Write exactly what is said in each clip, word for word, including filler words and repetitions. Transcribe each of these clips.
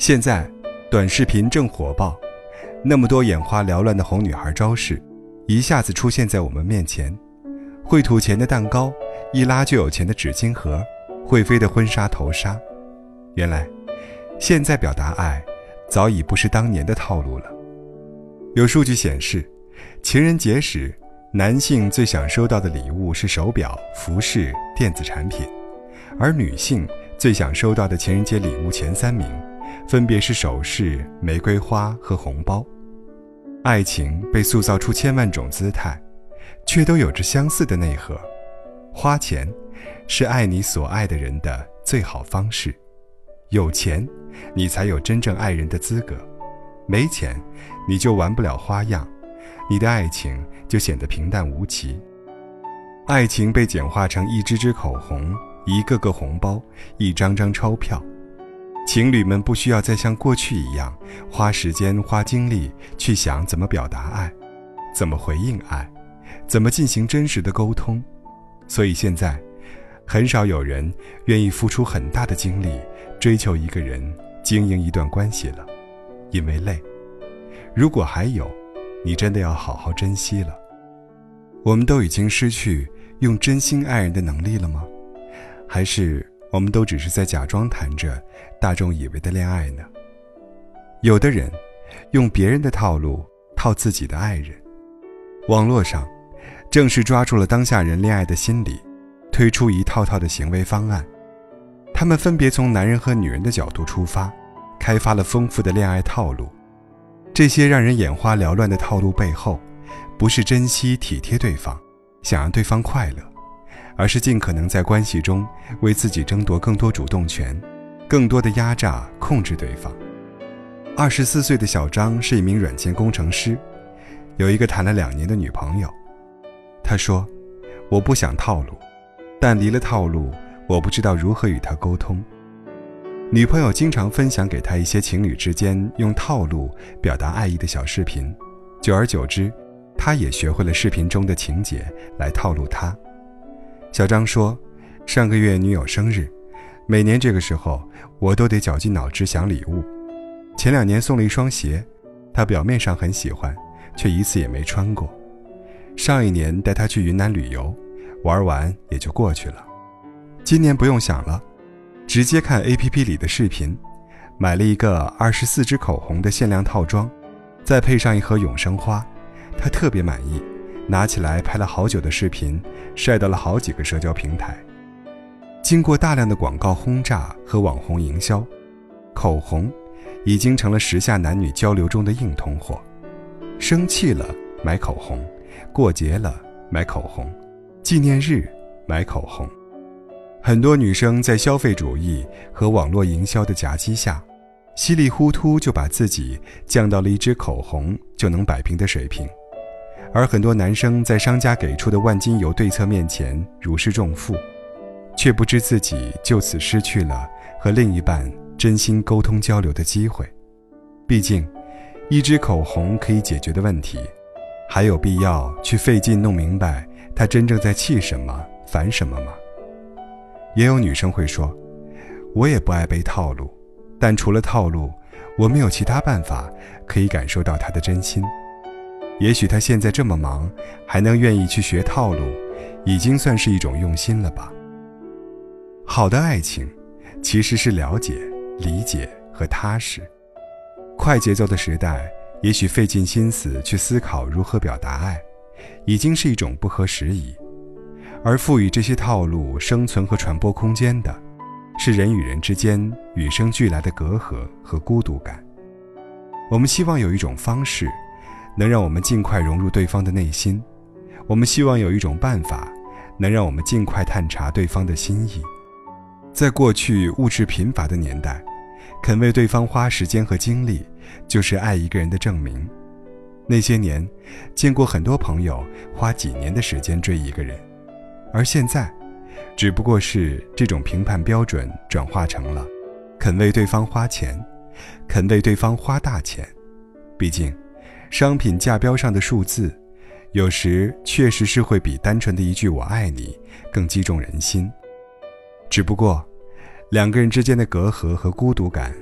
现在短视频正火爆，那么多眼花缭乱的红女孩招式一下子出现在我们面前，绘图钱的蛋糕，一拉就有钱的纸巾盒，会飞的婚纱头纱。原来现在表达爱早已不是当年的套路了。有数据显示，情人节时男性最想收到的礼物是手表、服饰、电子产品，而女性最想收到的情人节礼物前三名分别是首饰、玫瑰花和红包。爱情被塑造出千万种姿态，却都有着相似的内核。花钱是爱你所爱的人的最好方式，有钱你才有真正爱人的资格，没钱你就玩不了花样，你的爱情就显得平淡无奇。爱情被简化成一支支口红，一个个红包，一张张钞票。情侣们不需要再像过去一样花时间花精力去想怎么表达爱，怎么回应爱，怎么进行真实的沟通。所以现在很少有人愿意付出很大的精力追求一个人，经营一段关系了，因为累。如果还有，你真的要好好珍惜了。我们都已经失去用真心爱人的能力了吗？还是我们都只是在假装谈着大众以为的恋爱呢？有的人用别人的套路套自己的爱人，网络上正是抓住了当下人恋爱的心理，推出一套套的行为方案。他们分别从男人和女人的角度出发，开发了丰富的恋爱套路。这些让人眼花缭乱的套路背后，不是珍惜体贴对方，想让对方快乐，而是尽可能在关系中为自己争夺更多主动权，更多的压榨控制对方。二十四岁的小张是一名软件工程师，有一个谈了两年的女朋友。他说，我不想套路，但离了套路，我不知道如何与他沟通。女朋友经常分享给他一些情侣之间用套路表达爱意的小视频，久而久之，他也学会了视频中的情节来套路他。小张说，上个月女友生日，每年这个时候我都得绞尽脑汁想礼物。前两年送了一双鞋，他表面上很喜欢，却一次也没穿过。上一年带他去云南旅游，玩完也就过去了。今年不用想了，直接看 A P P 里的视频，买了一个二十四支口红的限量套装，再配上一盒永生花，他特别满意，拿起来拍了好久的视频，晒到了好几个社交平台。经过大量的广告轰炸和网红营销，口红已经成了时下男女交流中的硬通货。生气了买口红，过节了买口红，纪念日买口红。很多女生在消费主义和网络营销的夹击下，稀里糊涂就把自己降到了一支口红就能摆平的水平。而很多男生在商家给出的万金油对策面前如释重负，却不知自己就此失去了和另一半真心沟通交流的机会。毕竟一支口红可以解决的问题，还有必要去费劲弄明白他真正在气什么烦什么吗？也有女生会说，我也不爱被套路，但除了套路，我没有其他办法可以感受到他的真心。也许他现在这么忙，还能愿意去学套路，已经算是一种用心了吧。好的爱情其实是了解、理解和踏实。快节奏的时代，也许费尽心思去思考如何表达爱，已经是一种不合时宜。而赋予这些套路生存和传播空间的，是人与人之间与生俱来的隔阂和孤独感。我们希望有一种方式能让我们尽快融入对方的内心，我们希望有一种办法能让我们尽快探查对方的心意。在过去物质贫乏的年代，肯为对方花时间和精力，就是爱一个人的证明。那些年，见过很多朋友花几年的时间追一个人，而现在，只不过是这种评判标准转化成了肯为对方花钱，肯为对方花大钱。毕竟，商品价标上的数字，有时确实是会比单纯的一句我爱你更击中人心。只不过，两个人之间的隔阂和孤独感，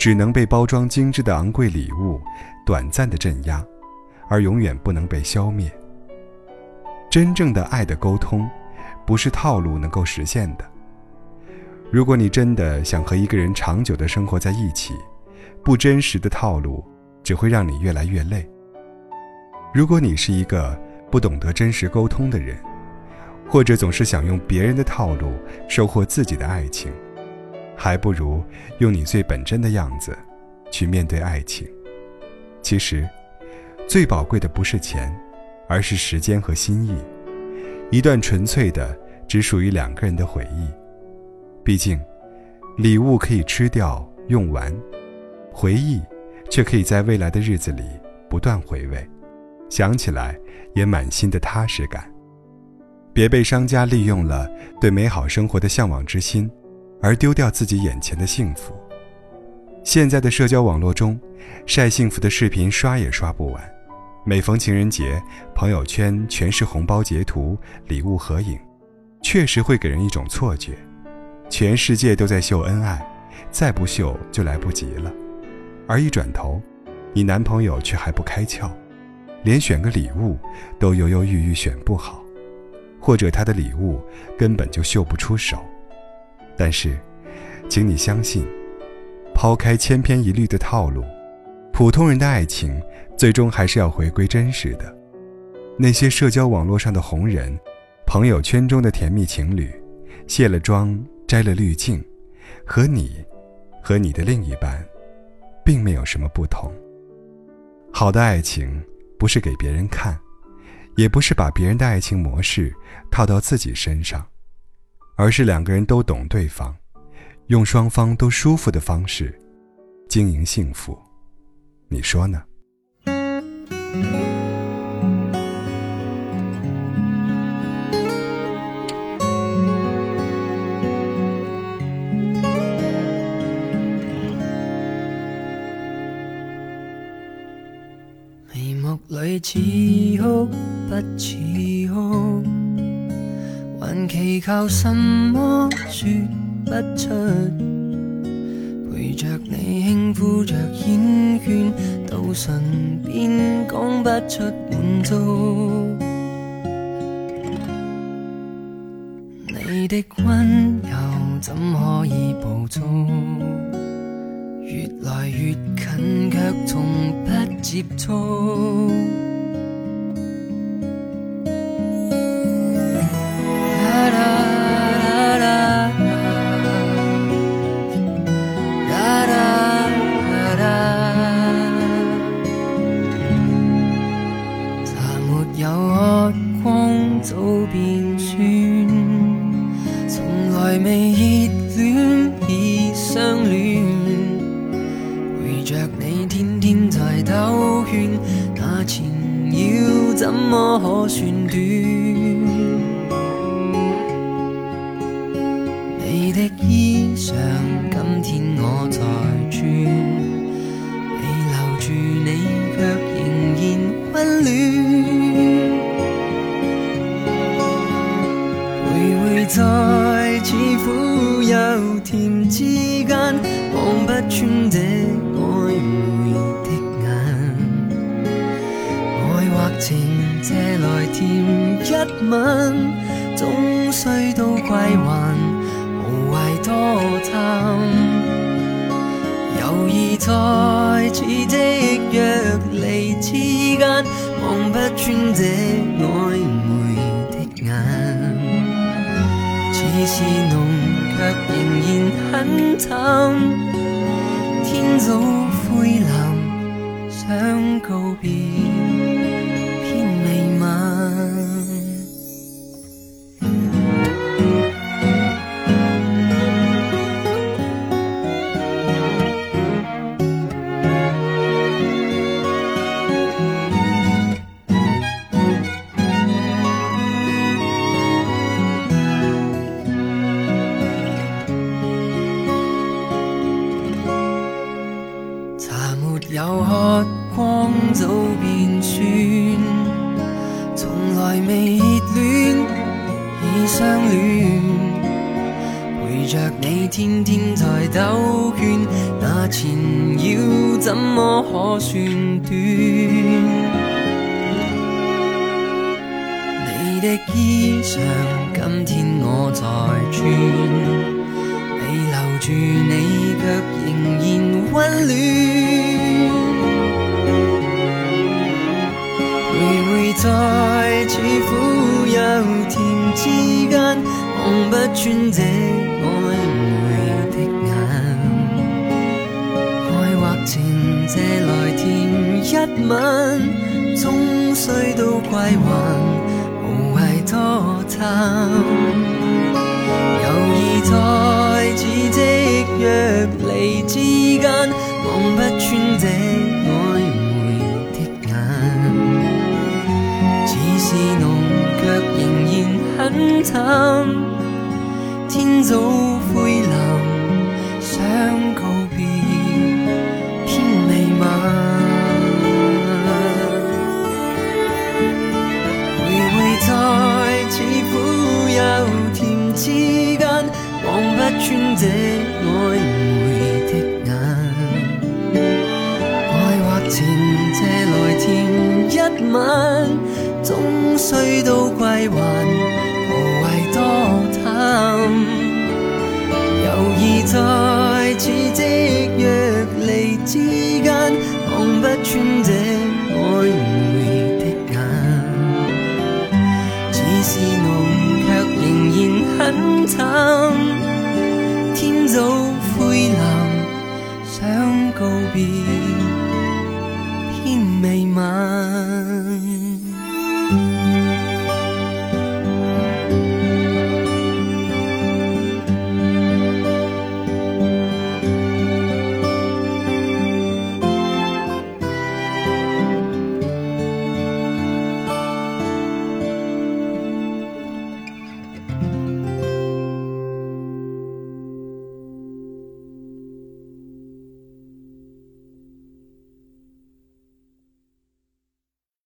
只能被包装精致的昂贵礼物短暂的镇压，而永远不能被消灭。真正的爱的沟通，不是套路能够实现的。如果你真的想和一个人长久地生活在一起，不真实的套路只会让你越来越累。如果你是一个不懂得真实沟通的人，或者总是想用别人的套路收获自己的爱情，还不如用你最本真的样子去面对爱情。其实最宝贵的不是钱，而是时间和心意，一段纯粹的只属于两个人的回忆。毕竟礼物可以吃掉用完，回忆却可以在未来的日子里不断回味，想起来也满心的踏实感。别被商家利用了对美好生活的向往之心，而丢掉自己眼前的幸福。现在的社交网络中，晒幸福的视频刷也刷不完，每逢情人节，朋友圈全是红包截图、礼物合影，确实会给人一种错觉，全世界都在秀恩爱，再不秀就来不及了。而一转头，你男朋友却还不开窍，连选个礼物都犹犹豫豫选不好，或者他的礼物根本就秀不出手。但是请你相信，抛开千篇一律的套路，普通人的爱情最终还是要回归真实的。那些社交网络上的红人，朋友圈中的甜蜜情侣，卸了妆摘了滤镜，和你和你的另一半并没有什么不同。好的爱情不是给别人看，也不是把别人的爱情模式套到自己身上，而是两个人都懂对方，用双方都舒服的方式经营幸福。你说呢？ 眉目里似哭不似哭，還祈求什麼說不出，陪着你輕呼着繾圈，到唇邊講不出滿足。你的溫柔怎可以捕捉？越來越近卻從不接觸。早變酸，從來未熱戀已相戀，陪着你天天在兜圈，那纏繞怎麼可算短？你的衣裳今天我在穿，未留住你卻仍然溫暖。在似苦又甜之間，望不穿這曖昧的眼，愛或情借來甜一吻，終須都歸還，無謂多貪。猶豫在似即若離之間，望不穿這曖昧的眼。似是濃卻仍然很淡，天早灰藍想告別偏未晚。有喝光早變你天天在兜圈，那纏繞怎麼可算短？你的衣裳今天我在穿，未留住你卻仍然溫暖。回回在似苦又甜之間，望不穿這曖昧的眼。愛或情借來甜一吻，終須都歸還，無謂多貪。猶疑在似即若離之間，望不穿這曖昧的眼。是濃卻仍然很淡，天早灰臨，想告別偏未晚。回回在似苦又甜之間，望不穿這曖昧的眼。愛或情借來甜一吻，終須都歸還，無謂多貪。猶疑在似即若離之間，望不穿這曖昧的眼。似是濃卻仍然很淡，天早灰臨，想告別偏未晚。